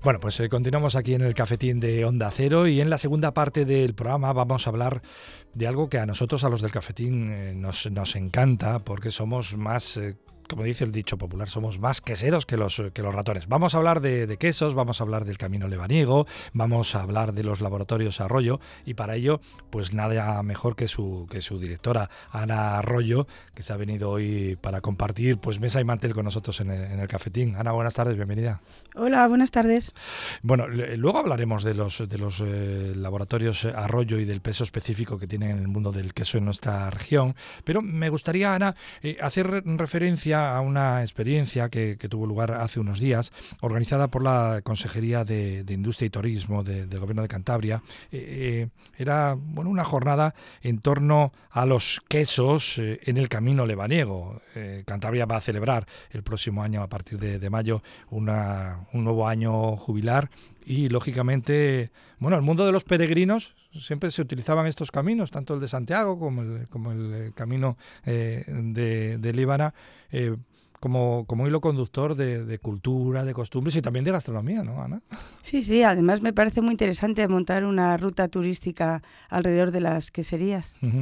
Bueno, pues continuamos aquí en el cafetín de Onda Cero y en la segunda parte del programa vamos a hablar de algo que a nosotros, a los del cafetín, nos encanta porque somos más... como dice el dicho popular, somos más queseros que los ratones. Vamos a hablar de quesos, vamos a hablar del camino lebaniego, vamos a hablar de los laboratorios Arroyo y para ello, pues nada mejor que su directora, Ana Arroyo, que se ha venido hoy para compartir pues mesa y mantel con nosotros en el cafetín. Ana, buenas tardes, bienvenida. Hola, buenas tardes. Bueno, luego hablaremos de los laboratorios Arroyo y del peso específico que tienen en el mundo del queso en nuestra región, pero me gustaría, Ana, hacer referencia a una experiencia que tuvo lugar hace unos días, organizada por la Consejería de Industria y Turismo del Gobierno de Cantabria. Era una jornada en torno a los quesos en el camino lebaniego. Cantabria va a celebrar el próximo año, a partir de mayo, un nuevo año jubilar. Y, lógicamente, el mundo de los peregrinos siempre se utilizaban estos caminos, tanto el de Santiago como el camino de Líbana, como hilo conductor de cultura, de costumbres y también de gastronomía, ¿no, Ana? Sí, además me parece muy interesante montar una ruta turística alrededor de las queserías. Uh-huh.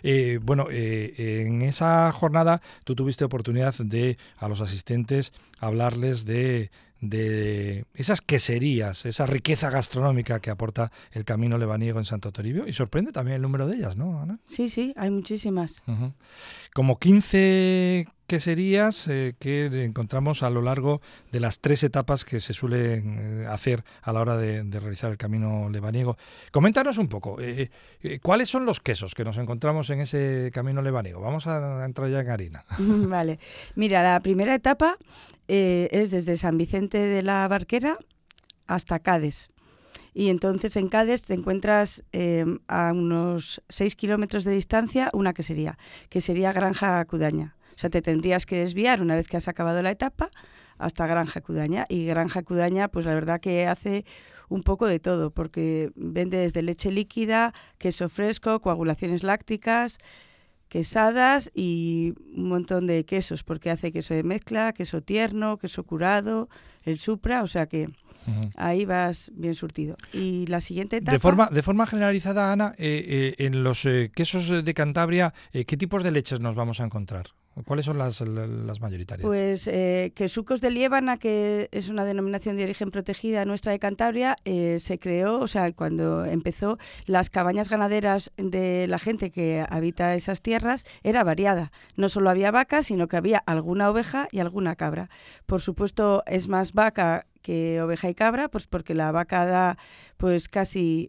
En esa jornada tú tuviste oportunidad de, a los asistentes, hablarles de esas queserías, esa riqueza gastronómica que aporta el camino lebaniego en Santo Toribio, y sorprende también el número de ellas, ¿no, Ana? Sí, hay muchísimas. Uh-huh. Como 15 queserías que encontramos a lo largo de las 3 etapas que se suelen hacer a la hora de realizar el camino lebaniego. Coméntanos un poco, ¿cuáles son los quesos que nos encontramos en ese camino lebaniego? Vamos a entrar ya en harina. Vale, mira, la primera etapa es desde San Vicente de la Barquera hasta Cádiz. Y entonces en Cádiz te encuentras a unos 6 kilómetros de distancia una quesería, que sería Granja Cudaña. O sea, te tendrías que desviar una vez que has acabado la etapa hasta Granja Cudaña. Y Granja Cudaña, pues la verdad que hace un poco de todo, porque vende desde leche líquida, queso fresco, coagulaciones lácticas, quesadas y un montón de quesos, porque hace queso de mezcla, queso tierno, queso curado, el supra, o sea que... Uh-huh. Ahí vas bien surtido. Y la siguiente etapa... De forma generalizada, Ana, en los quesos de Cantabria, ¿qué tipos de leches nos vamos a encontrar? ¿Cuáles son las mayoritarias? Pues Quesucos de Liébana, que es una denominación de origen protegida nuestra de Cantabria, se creó, o sea, cuando empezó, las cabañas ganaderas de la gente que habita esas tierras era variada. No solo había vacas, sino que había alguna oveja y alguna cabra. Por supuesto, es más vaca que oveja y cabra, pues porque la vaca da pues casi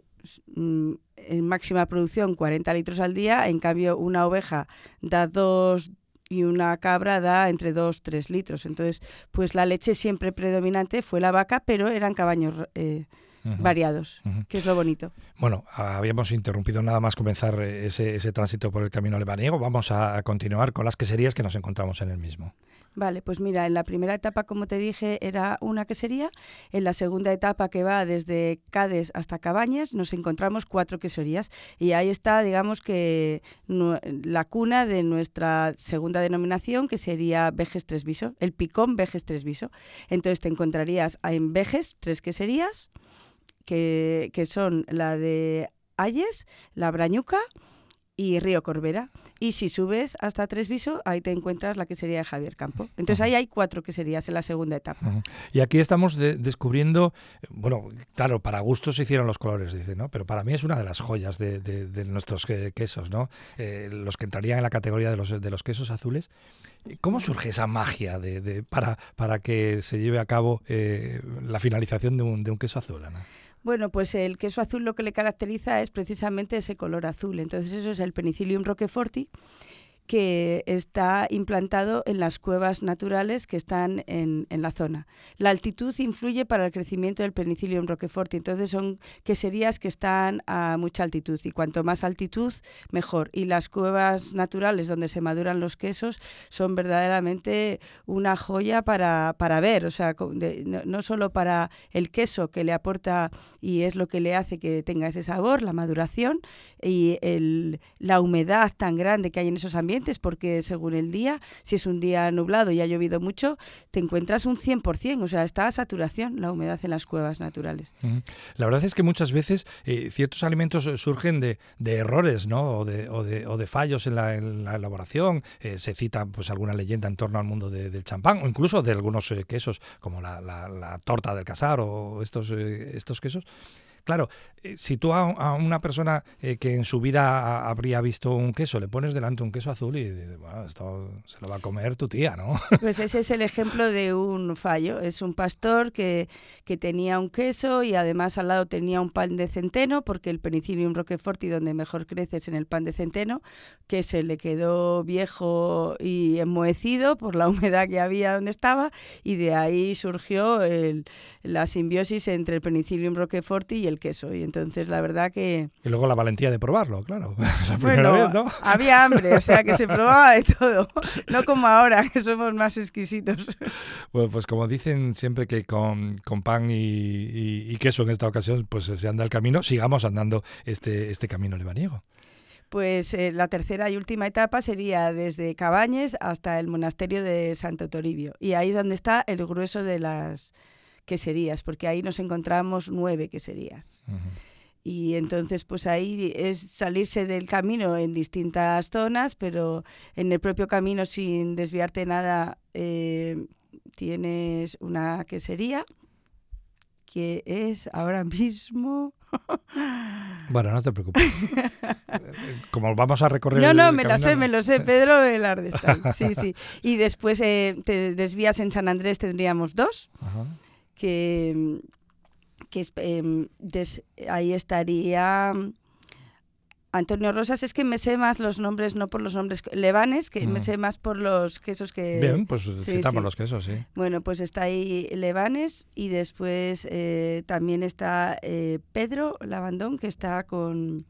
en máxima producción 40 litros al día, en cambio una oveja da 2 y una cabra da entre 2-3 litros. Entonces, pues la leche siempre predominante fue la vaca, pero eran cabaños uh-huh. variados, uh-huh. que es lo bonito. Bueno, habíamos interrumpido nada más comenzar ese tránsito por el camino lebaniego. Vamos a continuar con las queserías que nos encontramos en el mismo. Vale, pues mira, en la primera etapa, como te dije, era una quesería. En la segunda etapa, que va desde Cádiz hasta Cabañas, nos encontramos 4 queserías. Y ahí está, digamos que la cuna de nuestra segunda denominación, que sería Vejes Tres Viso, el Picón Vejes Tres Viso. Entonces te encontrarías en Vejes 3 queserías, que son la de Ayes, la Brañuca y Río Corbera. Y si subes hasta Tres Viso, ahí te encuentras la quesería de Javier Campo. Entonces ahí hay 4 queserías en la segunda etapa. Uh-huh. Y aquí estamos descubriendo, claro, para gustos se hicieron los colores, dice, ¿no? Pero para mí es una de las joyas de nuestros quesos, ¿no? Los que entrarían en la categoría de los quesos azules. ¿Cómo surge esa magia para que se lleve a cabo la finalización de un queso azul, Ana? Bueno, pues el queso azul lo que le caracteriza es precisamente ese color azul. Entonces eso es el Penicillium roqueforti, que está implantado en las cuevas naturales que están en la zona. La altitud influye para el crecimiento del Penicillium roqueforti, entonces son queserías que están a mucha altitud y cuanto más altitud, mejor. Y las cuevas naturales donde se maduran los quesos son verdaderamente una joya para ver, o sea, no solo para el queso que le aporta y es lo que le hace que tenga ese sabor, la maduración y la humedad tan grande que hay en esos ambientes, ambientes, porque según el día, si es un día nublado y ha llovido mucho, te encuentras un 100%, o sea, está a saturación la humedad en las cuevas naturales. La verdad es que muchas veces ciertos alimentos surgen de errores, ¿no? o de fallos en la elaboración. Se cita pues alguna leyenda en torno al mundo del champán, o incluso de algunos quesos, como la torta del casar o estos quesos. Claro, si tú a una persona que en su vida habría visto un queso, le pones delante un queso azul y bueno, esto se lo va a comer tu tía, ¿no? Pues ese es el ejemplo de un fallo. Es un pastor que tenía un queso y además al lado tenía un pan de centeno, porque el Penicillium roqueforti donde mejor crece es en el pan de centeno, que se le quedó viejo y enmohecido por la humedad que había donde estaba, y de ahí surgió la simbiosis entre el Penicillium roqueforti y el queso. Y entonces la verdad que... Y luego la valentía de probarlo, claro. La bueno, vez, ¿no? había hambre, o sea que se probaba de todo. No como ahora, que somos más exquisitos. Bueno, pues como dicen siempre que con pan y queso en esta ocasión pues se anda el camino, sigamos andando este camino lebaniego. Pues la tercera y última etapa sería desde Cabañes hasta el monasterio de Santo Toribio. Y ahí es donde está el grueso de las queserías, porque ahí nos encontramos 9 queserías. Uh-huh. Y entonces pues ahí es salirse del camino en distintas zonas, pero en el propio camino, sin desviarte nada, tienes una quesería que es ahora mismo... Bueno, no te preocupes. Como vamos a recorrer No, me lo sé, Pedro Velardestal. Sí. Y después te desvías en San Andrés, tendríamos 2. Ajá. Que ahí estaría Antonio Rosas. Es que me sé más los nombres, no por los nombres levanes, que me sé más por los quesos que... Bien, pues citamos los quesos, sí. Bueno, pues está ahí Levanes, y después también está Pedro Lavandón, que está con...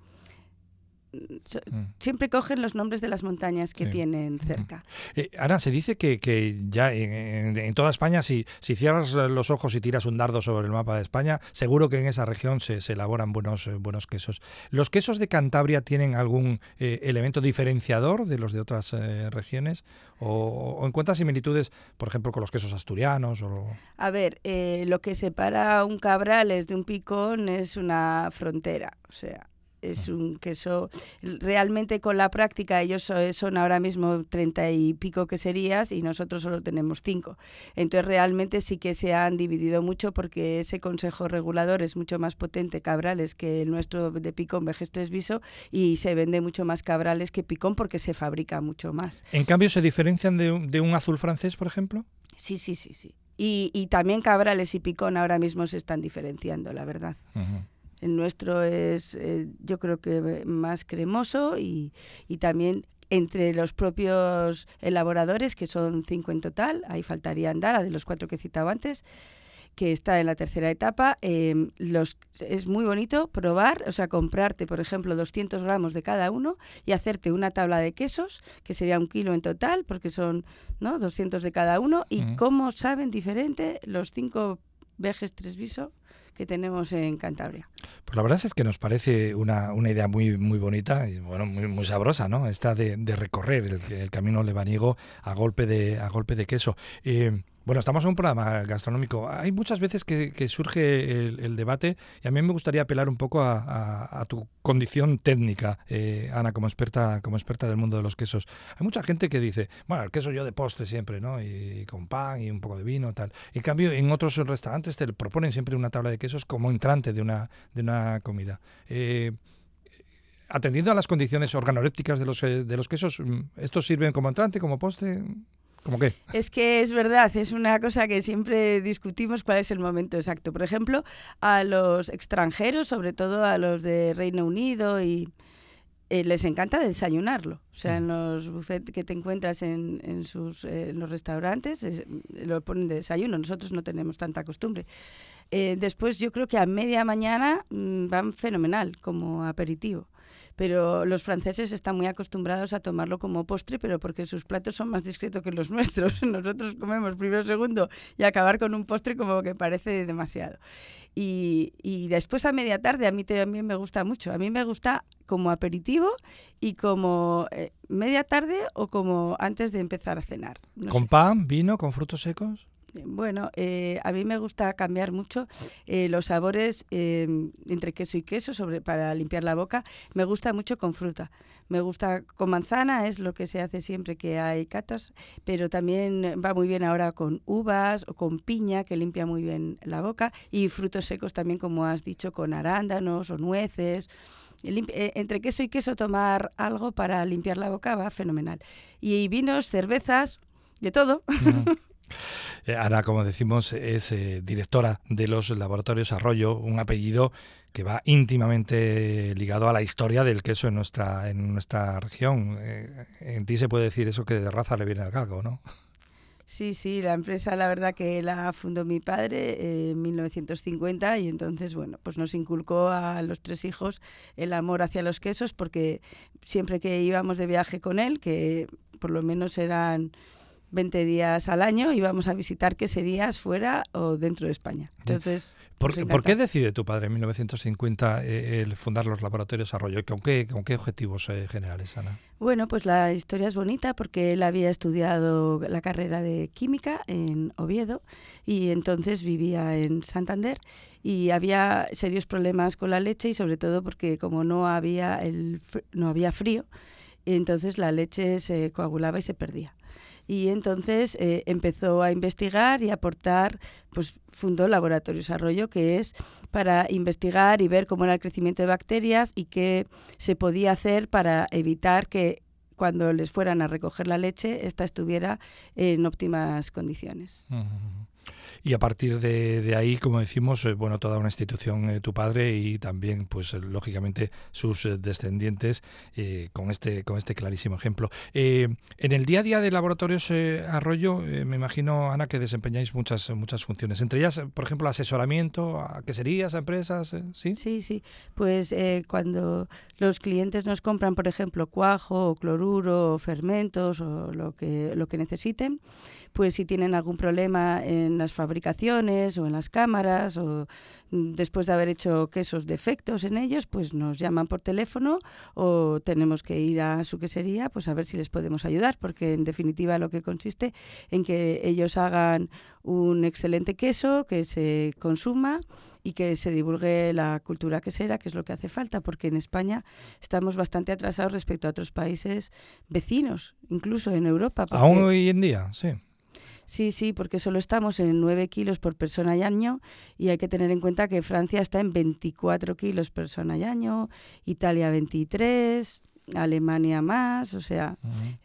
Siempre cogen los nombres de las montañas que tienen cerca. Ana, se dice que ya en toda España, si cierras los ojos y tiras un dardo sobre el mapa de España, seguro que en esa región se elaboran buenos quesos. ¿Los quesos de Cantabria tienen algún elemento diferenciador de los de otras regiones? ¿O encuentras similitudes, por ejemplo, con los quesos asturianos? A ver, lo que separa un Cabrales de un Picón es una frontera, o sea... Es un queso, realmente con la práctica ellos son ahora mismo 30 y pico queserías y nosotros solo tenemos 5. Entonces realmente sí que se han dividido mucho, porque ese consejo regulador es mucho más potente Cabrales que el nuestro de Picón, Vejes Tres Viso, y se vende mucho más Cabrales que Picón porque se fabrica mucho más. ¿En cambio se diferencian de un azul francés, por ejemplo? Sí. Y también Cabrales y Picón ahora mismo se están diferenciando, la verdad. Uh-huh. El nuestro es, yo creo que más cremoso, y también entre los propios elaboradores, que son 5 en total, ahí faltaría Andara, de los 4 que he citado antes, que está en la tercera etapa. Es muy bonito probar, o sea, comprarte, por ejemplo, 200 gramos de cada uno y hacerte una tabla de quesos, que sería 1 kilo en total, porque son 200 de cada uno, y cómo saben diferente los 5 Vejes Tres Viso que tenemos en Cantabria. Pues la verdad es que nos parece una idea muy bonita y bueno, muy sabrosa, ¿no? Esta de recorrer el camino lebaniego a golpe de queso. Bueno, estamos en un programa gastronómico. Hay muchas veces que surge el debate, y a mí me gustaría apelar un poco a tu condición técnica, Ana, como experta del mundo de los quesos. Hay mucha gente que dice, bueno, el queso yo de postre siempre, ¿no? Y con pan y un poco de vino, tal. En cambio, en otros restaurantes te proponen siempre una tabla de quesos como entrante de una comida. Atendiendo a las condiciones organolépticas de los quesos, ¿estos sirven como entrante, como postre? ¿Cómo qué? Es que es verdad, es una cosa que siempre discutimos, cuál es el momento exacto. Por ejemplo, a los extranjeros, sobre todo a los de Reino Unido, y les encanta desayunarlo. O sea, en los buffets que te encuentras en los restaurantes, lo ponen de desayuno. Nosotros no tenemos tanta costumbre. Después yo creo que a media mañana van fenomenal como aperitivo. Pero los franceses están muy acostumbrados a tomarlo como postre, pero porque sus platos son más discretos que los nuestros. Nosotros comemos primero, segundo, y acabar con un postre como que parece demasiado. Y después a media tarde a mí también me gusta mucho. A mí me gusta como aperitivo y como media tarde o como antes de empezar a cenar. No ¿Con sé. pan, vino, con frutos secos? Bueno, a mí me gusta cambiar mucho los sabores entre queso y queso para limpiar la boca. Me gusta mucho con fruta. Me gusta con manzana, es lo que se hace siempre que hay catas, pero también va muy bien ahora con uvas o con piña, que limpia muy bien la boca, y frutos secos también, como has dicho, con arándanos o nueces. Entre queso y queso tomar algo para limpiar la boca va fenomenal. Y vinos, cervezas, de todo. Ana, como decimos, es directora de los Laboratorios Arroyo, un apellido que va íntimamente ligado a la historia del queso en nuestra región. En ti se puede decir eso, que de raza le viene al galgo, ¿no? Sí, la empresa la verdad que la fundó mi padre en 1950 y entonces, bueno, pues nos inculcó a los 3 hijos el amor hacia los quesos, porque siempre que íbamos de viaje con él, que por lo menos eran 20 días al año, íbamos a visitar queserías fuera o dentro de España. Entonces, ¿Por qué decide tu padre en 1950 el fundar los Laboratorios Arroyo? ¿Con qué objetivos generales, Ana? Bueno, pues la historia es bonita porque él había estudiado la carrera de química en Oviedo y entonces vivía en Santander y había serios problemas con la leche, y sobre todo porque como no había frío, entonces la leche se coagulaba y se perdía. Y entonces empezó a investigar y a aportar, pues fundó Laboratorios Arroyo, que es para investigar y ver cómo era el crecimiento de bacterias y qué se podía hacer para evitar que cuando les fueran a recoger la leche, esta estuviera en óptimas condiciones. Uh-huh. Y a partir de ahí, como decimos, bueno, toda una institución, tu padre, y también, pues lógicamente, sus descendientes, con este clarísimo ejemplo. En el día a día de Laboratorios Arroyo, me imagino, Ana, que desempeñáis muchas funciones. Entre ellas, por ejemplo, asesoramiento a queserías, a empresas, ¿sí? Sí. Pues cuando los clientes nos compran, por ejemplo, cuajo, o cloruro, o fermentos, o lo que necesiten, pues si tienen algún problema en las fabricaciones o en las cámaras, o después de haber hecho quesos defectos en ellos, pues nos llaman por teléfono o tenemos que ir a su quesería pues a ver si les podemos ayudar, porque en definitiva lo que consiste en que ellos hagan un excelente queso que se consuma y que se divulgue la cultura quesera, que es lo que hace falta, porque en España estamos bastante atrasados respecto a otros países vecinos, incluso en Europa. Aún hoy en día, sí. Sí, porque solo estamos en 9 kilos por persona y año, y hay que tener en cuenta que Francia está en 24 kilos persona y año, Italia 23, Alemania más, o sea,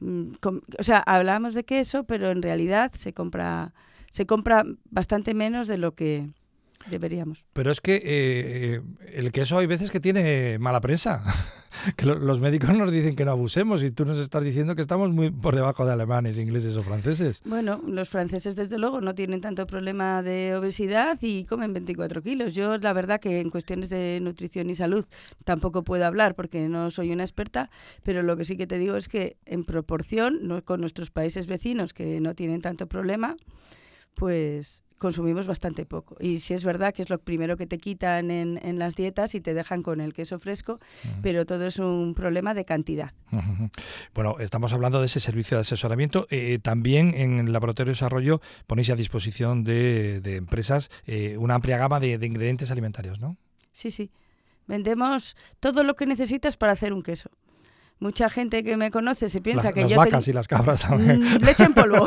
hablamos de queso, pero en realidad se compra bastante menos de lo que deberíamos. Pero es que el queso hay veces que tiene mala prensa. Que los médicos nos dicen que no abusemos y tú nos estás diciendo que estamos muy por debajo de alemanes, ingleses o franceses. Bueno, los franceses desde luego no tienen tanto problema de obesidad y comen 24 kilos. Yo la verdad que en cuestiones de nutrición y salud tampoco puedo hablar porque no soy una experta, pero lo que sí que te digo es que en proporción con nuestros países vecinos que no tienen tanto problema, pues consumimos bastante poco. Y sí es verdad que es lo primero que te quitan en las dietas y te dejan con el queso fresco, pero todo es un problema de cantidad. Bueno, estamos hablando de ese servicio de asesoramiento. También en Laboratorios Arroyo ponéis a disposición de empresas una amplia gama de ingredientes alimentarios, ¿no? Sí. Vendemos todo lo que necesitas para hacer un queso. Mucha gente que me conoce se piensa que las yo... Las vacas y las cabras también. Leche en polvo.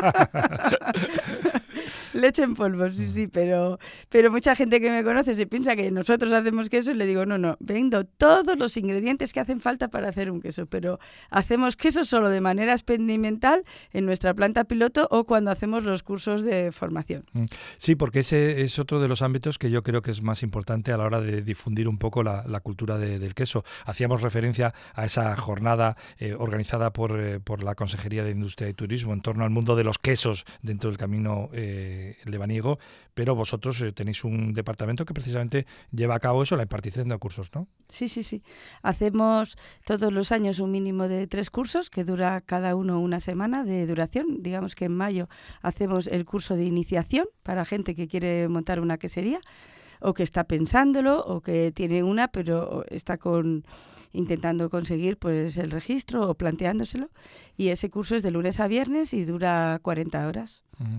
Leche en polvo, sí, pero mucha gente que me conoce se piensa que nosotros hacemos queso y le digo, no, vendo todos los ingredientes que hacen falta para hacer un queso, pero hacemos queso solo de manera experimental en nuestra planta piloto o cuando hacemos los cursos de formación. Sí, porque ese es otro de los ámbitos que yo creo que es más importante a la hora de difundir un poco la cultura del queso. Hacíamos referencia a esa jornada organizada por la Consejería de Industria y Turismo en torno al mundo de los quesos dentro del camino lebaniego, pero vosotros tenéis un departamento que precisamente lleva a cabo eso, la impartición de cursos, ¿no? Sí. Hacemos todos los años un mínimo de 3 cursos que dura cada uno una semana de duración. Digamos que en mayo hacemos el curso de iniciación para gente que quiere montar una quesería. o que está pensándolo, o que tiene una, pero está intentando conseguir pues el registro o planteándoselo. Y ese curso es de lunes a viernes y dura 40 horas. Uh-huh.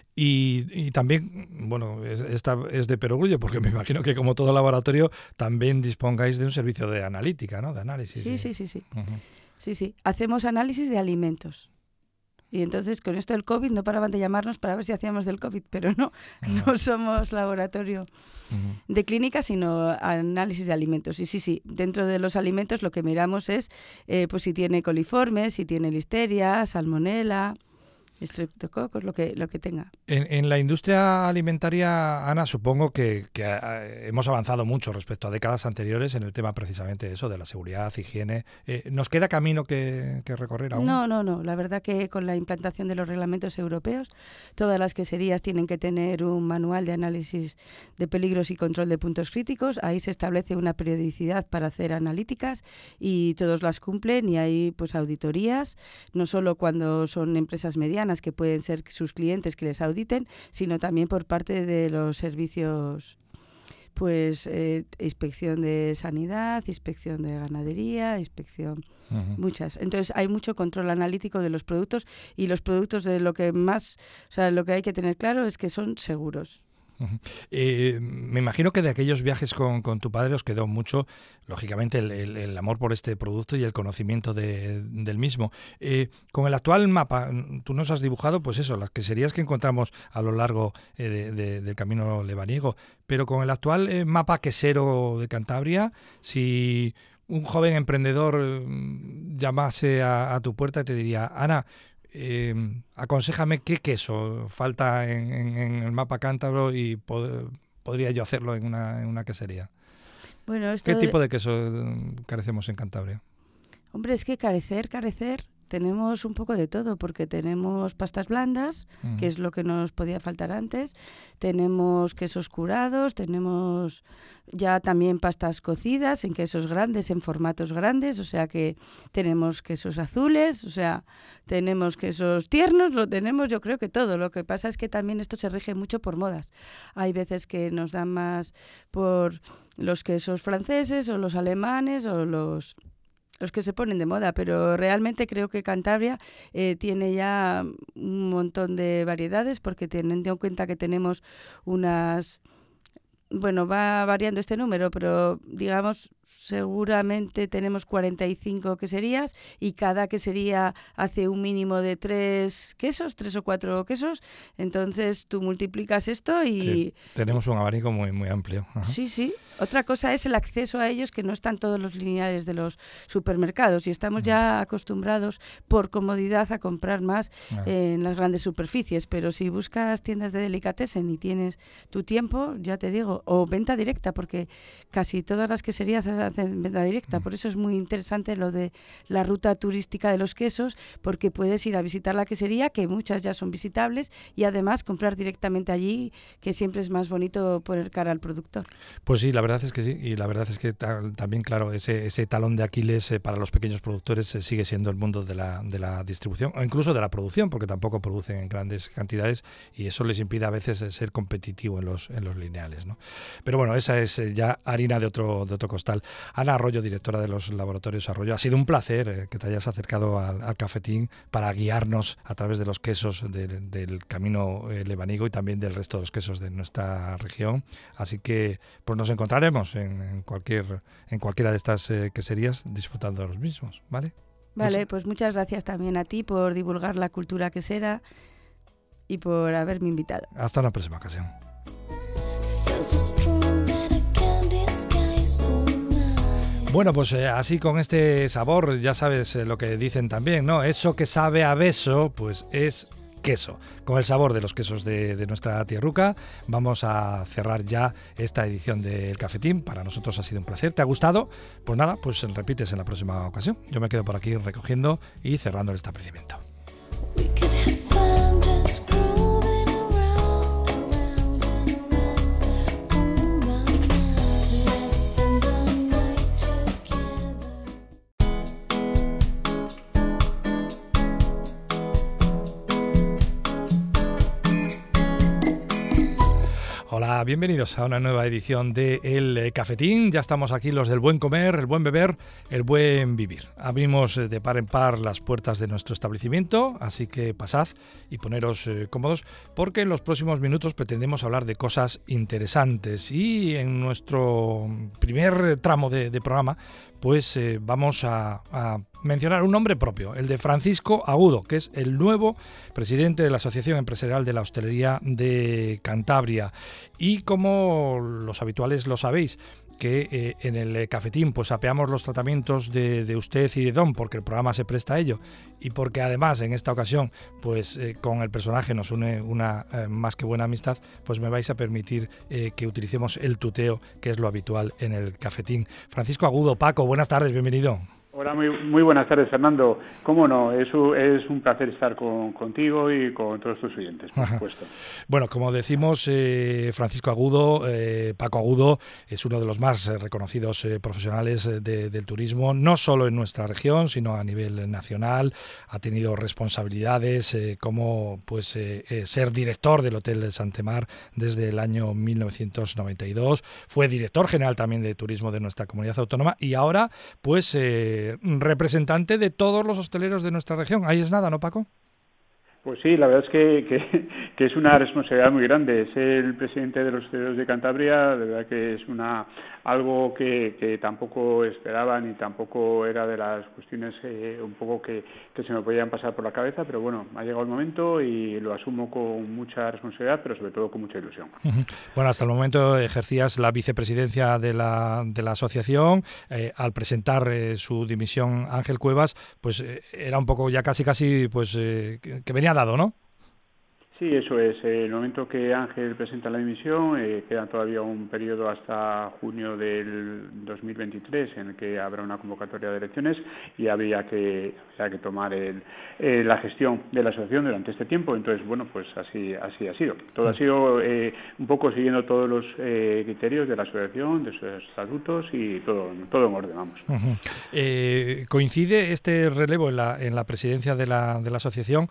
Y también, bueno, esta es de perogrullo, porque me imagino que como todo laboratorio también dispongáis de un servicio de analítica, ¿no? De análisis. Sí. Uh-huh. Sí. Hacemos análisis de alimentos. Y entonces con esto del COVID no paraban de llamarnos para ver si hacíamos del COVID, pero no somos laboratorio de clínica, sino análisis de alimentos. Y sí, dentro de los alimentos lo que miramos es pues si tiene coliformes, si tiene listeria, salmonela, estreptococos, lo que tenga. En la industria alimentaria, Ana, supongo que hemos avanzado mucho respecto a décadas anteriores en el tema precisamente de eso, de la seguridad, higiene. ¿Nos queda camino que recorrer aún? No. La verdad que con la implantación de los reglamentos europeos, todas las queserías tienen que tener un manual de análisis de peligros y control de puntos críticos. Ahí se establece una periodicidad para hacer analíticas y todos las cumplen, y hay pues auditorías, no solo cuando son empresas medianas, que pueden ser sus clientes que les auditen, sino también por parte de los servicios, pues inspección de sanidad, inspección de ganadería, inspección, muchas. Entonces hay mucho control analítico de los productos, y los productos de lo que más, o sea, lo que hay que tener claro es que son seguros. Me imagino que de aquellos viajes con tu padre os quedó mucho, lógicamente, el amor por este producto y el conocimiento del mismo. Con el actual mapa, tú nos has dibujado, pues eso, las queserías que encontramos a lo largo del camino lebaniego, pero con el actual mapa quesero de Cantabria, si un joven emprendedor llamase a tu puerta y te diría: Ana, aconséjame qué queso falta en el mapa cántabro y podría yo hacerlo en una quesería. Bueno, ¿Qué tipo de queso carecemos en Cantabria? Hombre, es que carecer, tenemos un poco de todo, porque tenemos pastas blandas, que es lo que nos podía faltar antes, tenemos quesos curados, tenemos ya también pastas cocidas en quesos grandes, en formatos grandes, o sea que tenemos quesos azules, o sea, tenemos quesos tiernos, lo tenemos, yo creo que todo. Lo que pasa es que también esto se rige mucho por modas. Hay veces que nos dan más por los quesos franceses o los alemanes o los que se ponen de moda, pero realmente creo que Cantabria tiene ya un montón de variedades, porque teniendo en cuenta que tenemos unas... Bueno, va variando este número, pero digamos, seguramente tenemos 45 queserías, y cada quesería hace un mínimo de 3 o 4 quesos. Entonces tú multiplicas esto y... Sí, tenemos un abanico muy, muy amplio. Ajá. Sí. Otra cosa es el acceso a ellos, que no están todos los lineales de los supermercados, y estamos ya acostumbrados por comodidad a comprar más en las grandes superficies. Pero si buscas tiendas de delicatessen y tienes tu tiempo, ya te digo, o venta directa, porque casi todas las queserías hacen venta directa. Por eso es muy interesante lo de la ruta turística de los quesos, porque puedes ir a visitar la quesería, que muchas ya son visitables, y además comprar directamente allí, que siempre es más bonito poner cara al productor. Pues sí, la verdad es que sí, y la verdad es que también, claro, ese talón de Aquiles para los pequeños productores sigue siendo el mundo de la distribución, o incluso de la producción, porque tampoco producen en grandes cantidades, y eso les impide a veces ser competitivo en los lineales, ¿no? Pero bueno, esa es ya harina de otro costal. Ana Arroyo, directora de los Laboratorios Arroyo, ha sido un placer que te hayas acercado al cafetín para guiarnos a través de los quesos del camino lebaniego y también del resto de los quesos de nuestra región. Así que pues nos encontraremos en cualquiera de estas queserías disfrutando de los mismos, ¿vale? Vale, pues muchas gracias también a ti por divulgar la cultura quesera y por haberme invitado. Hasta una próxima ocasión. Bueno, pues así con este sabor, ya sabes lo que dicen también, ¿no? Eso que sabe a beso, pues es queso. Con el sabor de los quesos de nuestra tierruca, vamos a cerrar ya esta edición del Cafetín. Para nosotros ha sido un placer. ¿Te ha gustado? Pues nada, pues repites en la próxima ocasión. Yo me quedo por aquí recogiendo y cerrando el establecimiento. Hola, Hola, bienvenidos a una nueva edición de El Cafetín. Ya estamos aquí los del buen comer, el buen beber, el buen vivir. Abrimos de par en par las puertas de nuestro establecimiento, así que pasad y poneros cómodos, porque en los próximos minutos pretendemos hablar de cosas interesantes. Y en nuestro primer tramo de programa, pues vamos a mencionar un nombre propio, el de Francisco Agudo, que es el nuevo presidente de la Asociación Empresarial de la Hostelería de Cantabria. Y como los habituales lo sabéis, que en el cafetín pues apeamos los tratamientos de usted y de Don, porque el programa se presta a ello y porque además en esta ocasión pues con el personaje nos une una más que buena amistad, pues me vais a permitir que utilicemos el tuteo, que es lo habitual en el cafetín. Francisco Agudo, Paco, buenas tardes, bienvenido. Hola, muy buenas tardes, Fernando. Cómo no, es un placer estar contigo y con todos tus oyentes, por supuesto. Bueno, como decimos, Francisco Agudo, Paco Agudo, es uno de los más reconocidos profesionales del turismo, no solo en nuestra región, sino a nivel nacional. Ha tenido responsabilidades como pues ser director del Hotel Santemar desde el año 1992. Fue director general también de turismo de nuestra comunidad autónoma y ahora pues representante de todos los hosteleros de nuestra región. Ahí es nada, ¿no, Paco? Pues sí, la verdad es que es una responsabilidad muy grande. Ser el presidente de los hosteleros de Cantabria, de verdad que es algo que tampoco esperaba ni tampoco era de las cuestiones un poco que se me podían pasar por la cabeza, pero bueno, ha llegado el momento y lo asumo con mucha responsabilidad, pero sobre todo con mucha ilusión. Bueno, hasta el momento ejercías la vicepresidencia de la asociación. Al presentar su dimisión Ángel Cuevas, pues era un poco ya casi pues que venía dado, ¿no? Sí, eso es. El momento que Ángel presenta la dimisión, queda todavía un periodo hasta junio del 2023 en el que habrá una convocatoria de elecciones y habría que tomar la gestión de la asociación durante este tiempo. Entonces, bueno, pues así ha sido. Todo ha sido un poco siguiendo todos los criterios de la asociación, de sus estatutos y todo en orden, vamos. Coincide este relevo en la presidencia de la asociación,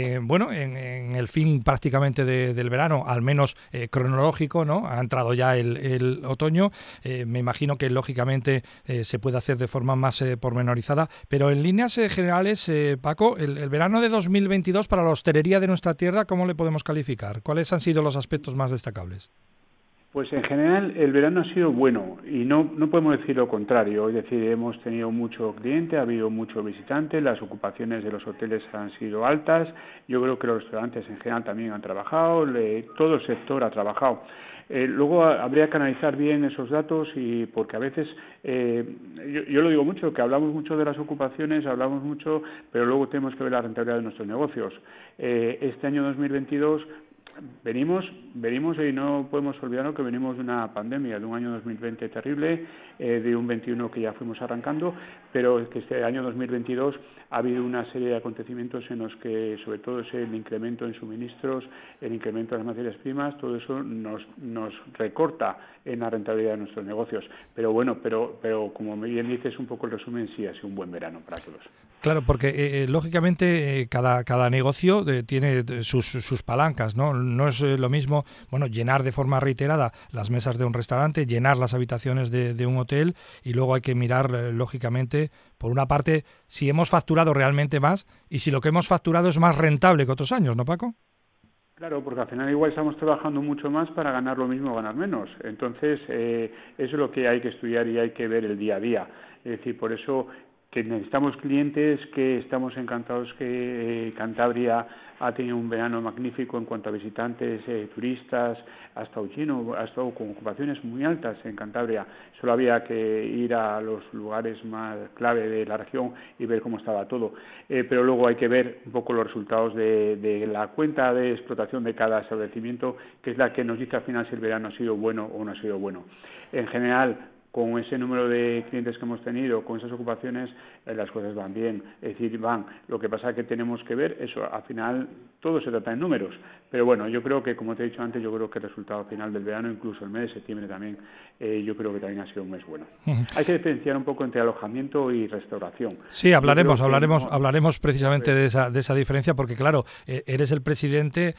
en el fin prácticamente del verano, al menos cronológico, ¿no? Ha entrado ya el otoño, me imagino que lógicamente se puede hacer de forma más pormenorizada, pero en líneas generales, Paco, el verano de 2022 para la hostelería de nuestra tierra, ¿cómo le podemos calificar? ¿Cuáles han sido los aspectos más destacables? Pues en general el verano ha sido bueno y no podemos decir lo contrario, es decir, hemos tenido mucho cliente, ha habido mucho visitante, las ocupaciones de los hoteles han sido altas, yo creo que los restaurantes en general también han trabajado, todo el sector ha trabajado. Luego habría que analizar bien esos datos y porque a veces, yo lo digo mucho, que hablamos mucho de las ocupaciones, hablamos mucho, pero luego tenemos que ver la rentabilidad de nuestros negocios. Este año 2022 venimos y no podemos olvidarnos que venimos de una pandemia, de un año 2020 terrible, de un 21 que ya fuimos arrancando, pero que este año 2022 ha habido una serie de acontecimientos en los que sobre todo es el incremento en suministros, el incremento de las materias primas, todo eso nos recorta en la rentabilidad de nuestros negocios. Pero bueno, pero como bien dices, un poco el resumen, sí ha sido un buen verano para todos. Claro, porque lógicamente cada negocio tiene sus palancas, ¿no? No es lo mismo, llenar de forma reiterada las mesas de un restaurante, llenar las habitaciones de un hotel y luego hay que mirar, lógicamente, por una parte, si hemos facturado realmente más y si lo que hemos facturado es más rentable que otros años, ¿no, Paco? Claro, porque al final igual estamos trabajando mucho más para ganar lo mismo o ganar menos. Entonces, eso es lo que hay que estudiar y hay que ver el día a día. Es decir, por eso que necesitamos clientes, que estamos encantados que Cantabria ha tenido un verano magnífico en cuanto a visitantes, turistas, ha estado lleno, ha estado con ocupaciones muy altas en Cantabria. Solo había que ir a los lugares más clave de la región y ver cómo estaba todo. Pero luego hay que ver un poco los resultados de la cuenta de explotación de cada establecimiento, que es la que nos dice al final si el verano ha sido bueno o no ha sido bueno. En general, con ese número de clientes que hemos tenido, con esas ocupaciones, las cosas van bien. Es decir, van. Lo que pasa es que tenemos que ver eso. Al final, todo se trata en números. Pero bueno, yo creo que, como te he dicho antes, yo creo que el resultado final del verano, incluso el mes de septiembre también, yo creo que también ha sido un mes bueno. Hay que diferenciar un poco entre alojamiento y restauración. Sí, hablaremos precisamente de esa diferencia, porque claro, eres el presidente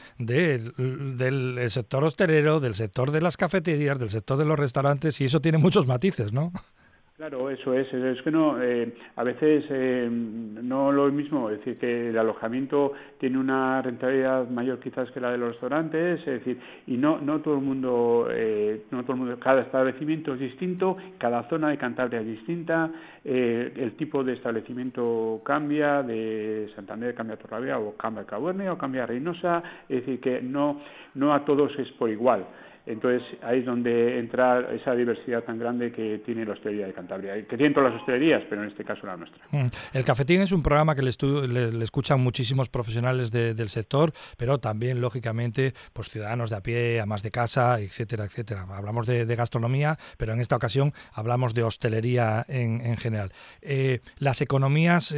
del sector hostelero, del sector de las cafeterías, del sector de los restaurantes, y eso tiene muchos matices, ¿no? Claro, eso es que no, a veces no lo mismo, es decir, que el alojamiento tiene una rentabilidad mayor quizás que la de los restaurantes, es decir, y no todo el mundo, cada establecimiento es distinto, cada zona de Cantabria es distinta, el tipo de establecimiento cambia, de Santander cambia a Torrlavega o cambia a Cabuernia o cambia a Reynosa, es decir, que no a todos es por igual. Entonces ahí es donde entra esa diversidad tan grande que tiene la hostelería de Cantabria, que tienen todas las hostelerías, pero en este caso la nuestra. El Cafetín es un programa que le escuchan muchísimos profesionales del sector, pero también, lógicamente, pues ciudadanos de a pie, amas de casa, etcétera, etcétera. Hablamos de gastronomía, pero en esta ocasión hablamos de hostelería en general. Las economías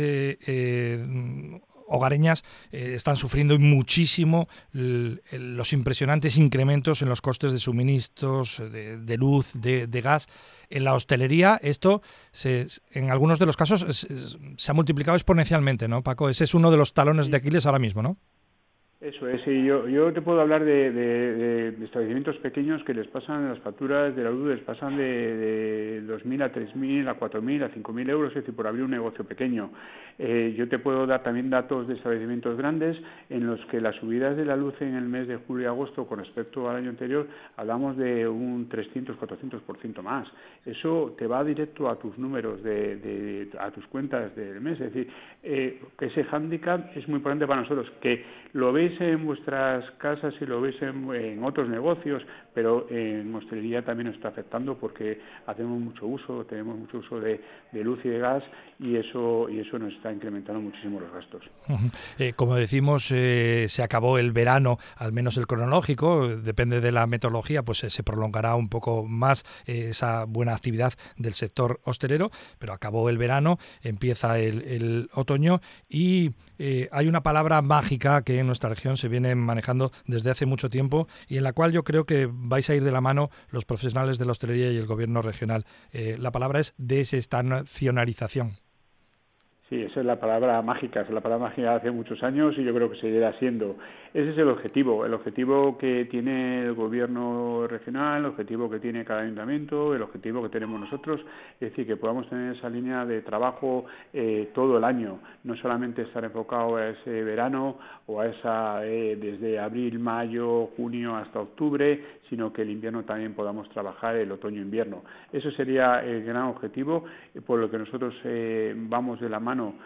hogareñas están sufriendo muchísimo los impresionantes incrementos en los costes de suministros, de luz, de gas. En la hostelería esto en algunos de los casos se ha multiplicado exponencialmente, ¿no, Paco? Ese es uno de los talones de Aquiles ahora mismo, ¿no? Eso es, y yo te puedo hablar de establecimientos pequeños que les pasan las facturas de la luz, les pasan de 2.000 a 3.000, a 4.000, a 5.000 euros, es decir, por abrir un negocio pequeño. Yo te puedo dar también datos de establecimientos grandes en los que las subidas de la luz en el mes de julio y agosto con respecto al año anterior hablamos de un 300-400% más. Eso te va directo a tus números, a tus cuentas del mes, es decir, que ese hándicap es muy importante para nosotros, que lo veis en vuestras casas y lo veis en otros negocios, pero en hostelería también nos está afectando porque hacemos mucho uso, tenemos mucho uso de luz y de gas y eso nos está incrementando muchísimo los gastos. Como decimos, se acabó el verano, al menos el cronológico, depende de la metodología, pues se prolongará un poco más esa buena actividad del sector hostelero, pero acabó el verano, empieza el otoño y hay una palabra mágica que en nuestra región se viene manejando desde hace mucho tiempo y en la cual yo creo que vais a ir de la mano los profesionales de la hostelería y el gobierno regional. La palabra es desestacionalización. Sí, esa es la palabra mágica, es la palabra mágica de hace muchos años y yo creo que seguirá siendo. Ese es el objetivo que tiene el gobierno regional, el objetivo que tiene cada ayuntamiento, el objetivo que tenemos nosotros, es decir, que podamos tener esa línea de trabajo todo el año, no solamente estar enfocado a ese verano o a esa desde abril, mayo, junio hasta octubre, sino que el invierno también podamos trabajar el otoño-invierno. Eso sería el gran objetivo, por lo que nosotros vamos de la mano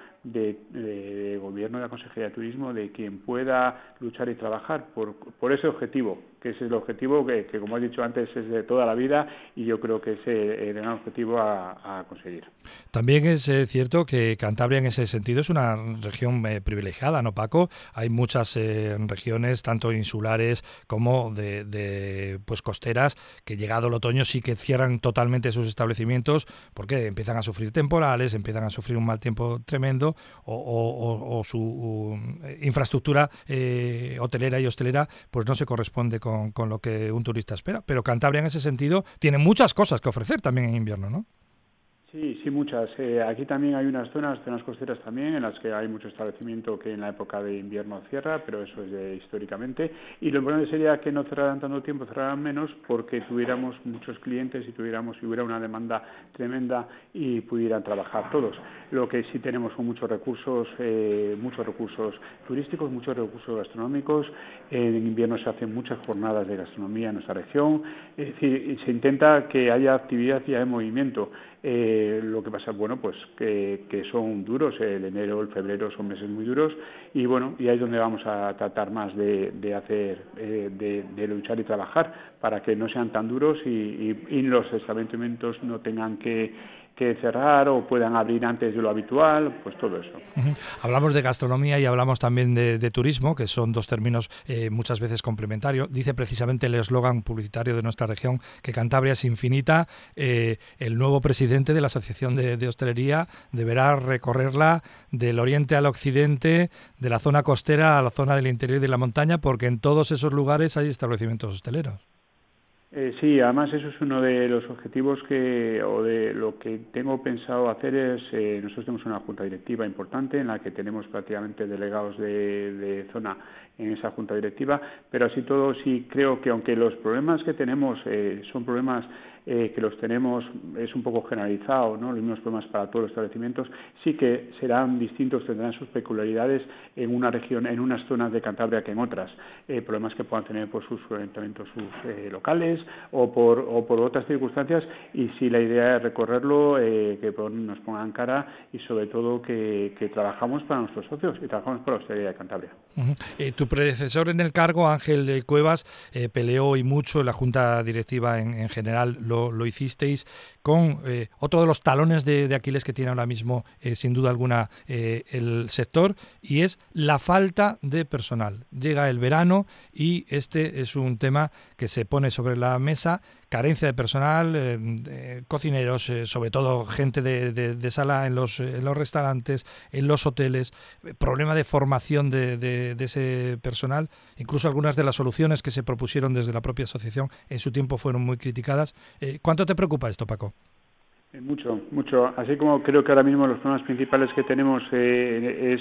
de gobierno de la Consejería de Turismo, de quien pueda luchar y trabajar por ese objetivo, que ese es el objetivo que como he dicho antes es de toda la vida y yo creo que es el gran objetivo a conseguir. También es cierto que Cantabria en ese sentido es una región privilegiada, ¿no, Paco? Hay muchas regiones, tanto insulares como de pues costeras, que llegado el otoño sí que cierran totalmente sus establecimientos porque empiezan a sufrir temporales, empiezan a sufrir un mal tiempo tremendo o su infraestructura hotelera y hostelera pues no se corresponde con lo que un turista espera. Pero Cantabria en ese sentido tiene muchas cosas que ofrecer también en invierno, ¿no? Sí, muchas. Aquí también hay unas zonas costeras también, en las que hay mucho establecimiento que en la época de invierno cierra, pero eso es históricamente. Y lo importante sería que no cerraran tanto tiempo, cerraran menos, porque tuviéramos muchos clientes y hubiera una demanda tremenda y pudieran trabajar todos. Lo que sí tenemos son muchos recursos turísticos, muchos recursos gastronómicos. En invierno se hacen muchas jornadas de gastronomía en nuestra región. Es decir, se intenta que haya actividad y haya movimiento. Lo que pasa, pues que son duros, el enero, el febrero son meses muy duros y ahí es donde vamos a tratar más de luchar y trabajar para que no sean tan duros y los establecimientos no tengan que cerrar o puedan abrir antes de lo habitual, pues todo eso. Hablamos de gastronomía y hablamos también de turismo, que son dos términos muchas veces complementarios. Dice precisamente el eslogan publicitario de nuestra región que Cantabria es infinita. El nuevo presidente de la Asociación de Hostelería deberá recorrerla del oriente al occidente, de la zona costera a la zona del interior y de la montaña, porque en todos esos lugares hay establecimientos hosteleros. Sí, además eso es uno de los objetivos o de lo que tengo pensado hacer es, nosotros tenemos una junta directiva importante en la que tenemos prácticamente delegados de zona en esa junta directiva, pero así todo sí creo que aunque los problemas que tenemos son problemas que los tenemos, es un poco generalizado, ¿no? Los mismos problemas para todos los establecimientos, sí que serán distintos, tendrán sus peculiaridades en una región, en unas zonas de Cantabria que en otras, problemas que puedan tener por sus ayuntamientos, sus locales o por otras circunstancias, y sí la idea es recorrerlo, que nos pongan cara y sobre todo que trabajamos para nuestros socios y trabajamos para la hostelería de Cantabria. Tu predecesor en el cargo, Ángel Cuevas, peleó y mucho en la junta directiva en general, lo hicisteis con otro de los talones de Aquiles que tiene ahora mismo, sin duda alguna, el sector, y es la falta de personal. Llega el verano y este es un tema que se pone sobre la mesa: carencia de personal, cocineros, sobre todo gente de sala en los restaurantes, en los hoteles, problema de formación de ese personal. Incluso algunas de las soluciones que se propusieron desde la propia asociación en su tiempo fueron muy criticadas. ¿Cuánto te preocupa esto, Paco? Mucho, mucho. Así como creo que ahora mismo los problemas principales que tenemos es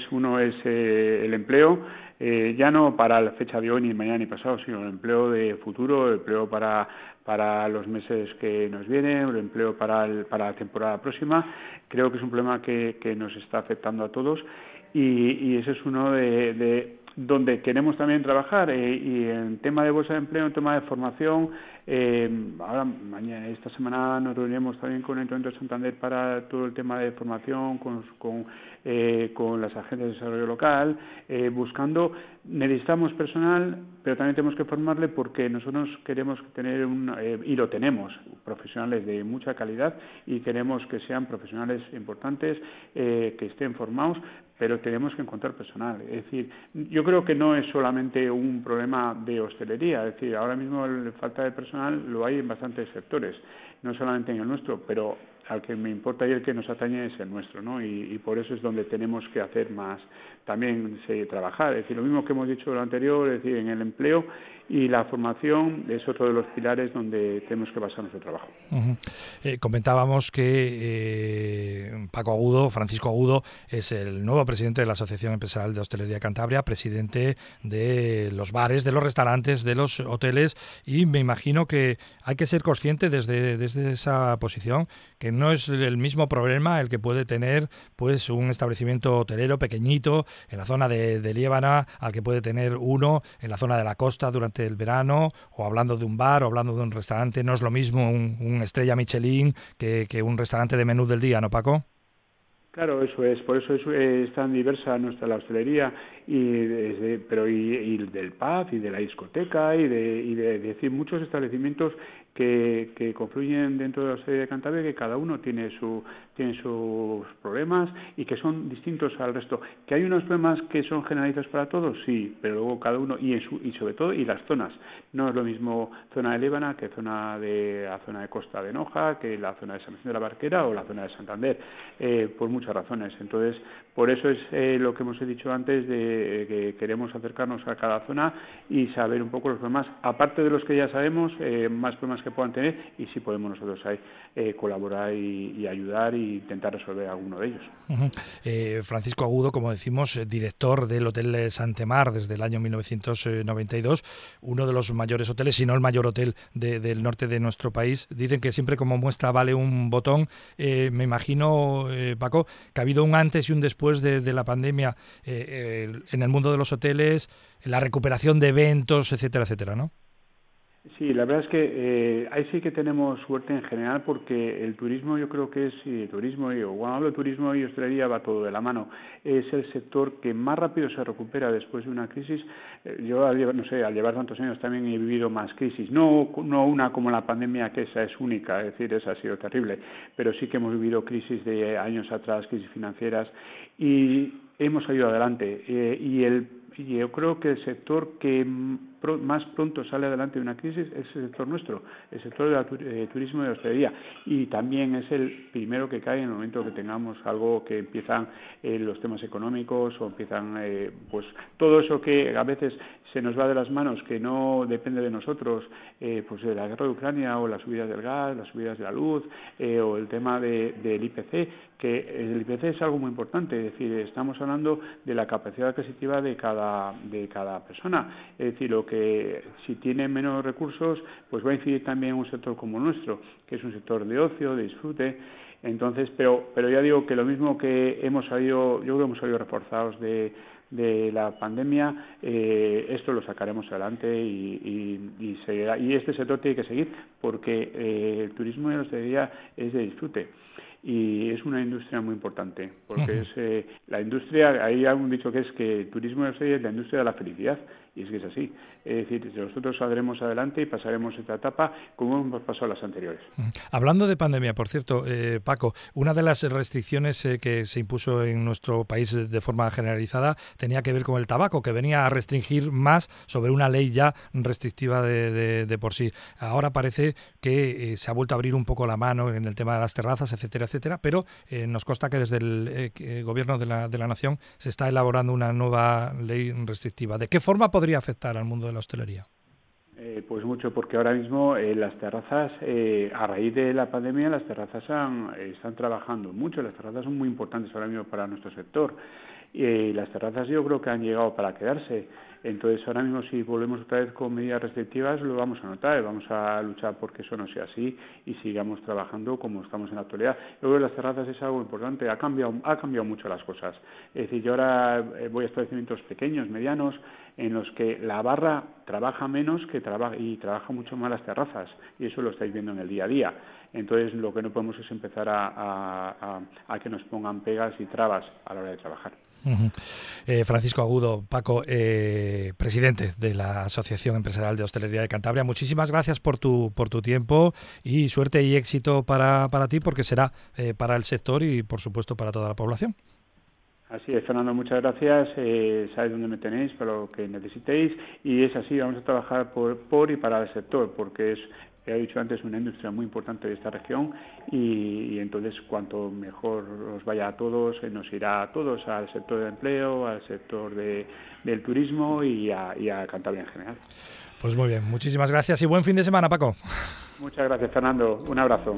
el empleo, ya no para la fecha de hoy, ni mañana, ni pasado, sino el empleo de futuro, el empleo para los meses que nos vienen, el empleo para la temporada próxima. Creo que es un problema que nos está afectando a todos, y ese es uno de donde queremos también trabajar, y en tema de bolsa de empleo, en tema de formación. Ahora, esta semana nos reuniremos también con el Ayuntamiento de Santander para todo el tema de formación, con las agencias de desarrollo local, buscando. Necesitamos personal, pero también tenemos que formarle, porque nosotros queremos tener y lo tenemos, profesionales de mucha calidad, y queremos que sean profesionales importantes, que estén formados, pero tenemos que encontrar personal. Es decir, yo creo que no es solamente un problema de hostelería, es decir, ahora mismo la falta de personal lo hay en bastantes sectores, no solamente en el nuestro, pero al que me importa y el que nos atañe es el nuestro, ¿no? Y por eso es donde tenemos que hacer más, también trabajar. Es decir, lo mismo que hemos dicho lo anterior, es decir, en el empleo y la formación es otro de los pilares donde tenemos que basar nuestro trabajo. Comentábamos que Francisco Agudo, es el nuevo presidente de la Asociación Empresarial de Hostelería de Cantabria, presidente de los bares, de los restaurantes, de los hoteles, y me imagino que hay que ser consciente desde esa posición que no es el mismo problema el que puede tener pues un establecimiento hotelero pequeñito en la zona de Liébana al que puede tener uno en la zona de la costa durante el verano, o hablando de un bar o hablando de un restaurante. No es lo mismo un estrella Michelin que un restaurante de menú del día, ¿no, Paco? Claro, eso es, por eso es tan diversa la hostelería, pero del pub y de la discoteca y de decir muchos establecimientos que confluyen dentro de la hostelería de Cantabria, que cada uno tiene sus problemas y que son distintos al resto. ¿Que hay unos problemas que son generalizados para todos? Sí, pero luego cada uno, y sobre todo, y las zonas. No es lo mismo zona de Líbana que la zona de Costa de Noja, que la zona de San Vicente de la Barquera o la zona de Santander, por muchas razones. Entonces, por eso es lo que hemos dicho antes, de que queremos acercarnos a cada zona y saber un poco los problemas, aparte de los que ya sabemos, más problemas que puedan tener, y si podemos nosotros ahí colaborar y ayudar e intentar resolver alguno de ellos. Francisco Agudo, como decimos, director del Hotel Santemar desde el año 1992, uno de los mayores hoteles, si no el mayor hotel del norte de nuestro país. Dicen que siempre como muestra vale un botón. Me imagino, Paco, que ha habido un antes y un después de la pandemia en el mundo de los hoteles, la recuperación de eventos, etcétera, etcétera, ¿no? Sí, la verdad es que ahí sí que tenemos suerte en general porque el turismo yo creo que es, turismo, y cuando hablo de turismo y hostelería va todo de la mano, es el sector que más rápido se recupera después de una crisis. Yo, no sé, al llevar tantos años también he vivido más crisis, no una como la pandemia, que esa es única, es decir, esa ha sido terrible, pero sí que hemos vivido crisis de años atrás, crisis financieras, y hemos salido adelante. Y yo creo que el sector que más pronto sale adelante de una crisis es el sector nuestro, el sector del turismo y de hostelería, y también es el primero que cae en el momento que tengamos algo que empiezan los temas económicos o empiezan pues todo eso que a veces se nos va de las manos, que no depende de nosotros, pues de la guerra de Ucrania o las subidas del gas, las subidas de la luz, o el tema del IPC, que el IPC es algo muy importante, es decir, estamos hablando de la capacidad adquisitiva de cada persona, es decir, lo que si tiene menos recursos, pues va a incidir también en un sector como el nuestro, que es un sector de ocio, de disfrute. Entonces, pero ya digo que lo mismo que hemos salido, yo creo que hemos salido reforzados de la pandemia, esto lo sacaremos adelante y seguirá. Y este sector tiene que seguir porque el turismo y la hostelería es de disfrute y es una industria muy importante porque es la industria, ahí hay un dicho que es que el turismo y la hostelería es la industria de la felicidad. Y es que es así. Es decir, nosotros saldremos adelante y pasaremos esta etapa como hemos pasado las anteriores. Hablando de pandemia, por cierto, Paco, una de las restricciones que se impuso en nuestro país de forma generalizada tenía que ver con el tabaco, que venía a restringir más sobre una ley ya restrictiva de por sí. Ahora parece que se ha vuelto a abrir un poco la mano en el tema de las terrazas, etcétera, etcétera, pero nos consta que desde el gobierno de la nación se está elaborando una nueva ley restrictiva. ¿De qué forma podría afectar al mundo de la hostelería? Pues mucho, porque ahora mismo las terrazas, a raíz de la pandemia, las terrazas están trabajando mucho. Las terrazas son muy importantes ahora mismo para nuestro sector. Y las terrazas yo creo que han llegado para quedarse. Entonces, ahora mismo si volvemos otra vez con medidas restrictivas, lo vamos a notar, vamos a luchar porque eso no sea así y sigamos trabajando como estamos en la actualidad. Yo creo que las terrazas es algo importante, ha cambiado mucho las cosas. Es decir, yo ahora voy a establecimientos pequeños, medianos, en los que la barra trabaja menos y trabaja mucho más las terrazas, y eso lo estáis viendo en el día a día. Entonces, lo que no podemos es empezar a que nos pongan pegas y trabas a la hora de trabajar. Francisco Agudo, Paco, presidente de la Asociación Empresarial de Hostelería de Cantabria, muchísimas gracias por tu tiempo y suerte y éxito para ti, porque será para el sector y, por supuesto, para toda la población. Así es, Fernando, muchas gracias. Sabéis dónde me tenéis para lo que necesitéis y es así, vamos a trabajar por y para el sector, porque es, he dicho antes, una industria muy importante de esta región y entonces cuanto mejor os vaya a todos, nos irá a todos, al sector del empleo, al sector del turismo y a Cantabria en general. Pues muy bien, muchísimas gracias y buen fin de semana, Paco. Muchas gracias, Fernando. Un abrazo.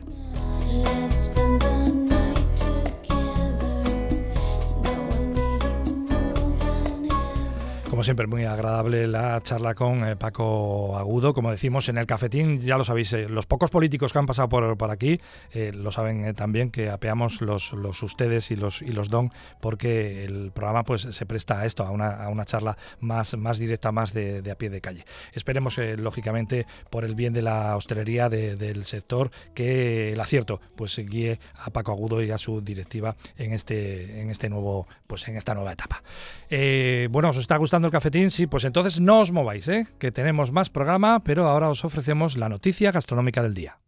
Como siempre, muy agradable la charla con Paco Agudo. Como decimos en el cafetín, ya lo sabéis, los pocos políticos que han pasado por aquí lo saben también, que apeamos los ustedes y los don, porque el programa pues se presta a esto, a una charla más directa, más de a pie de calle. Esperemos, lógicamente, por el bien de la hostelería, del sector, que el acierto pues guíe a Paco Agudo y a su directiva en este nuevo, pues en esta nueva etapa. Bueno, ¿os está gustando el cafetín? Sí, pues entonces no os mováis, que tenemos más programa, pero ahora os ofrecemos la noticia gastronómica del día.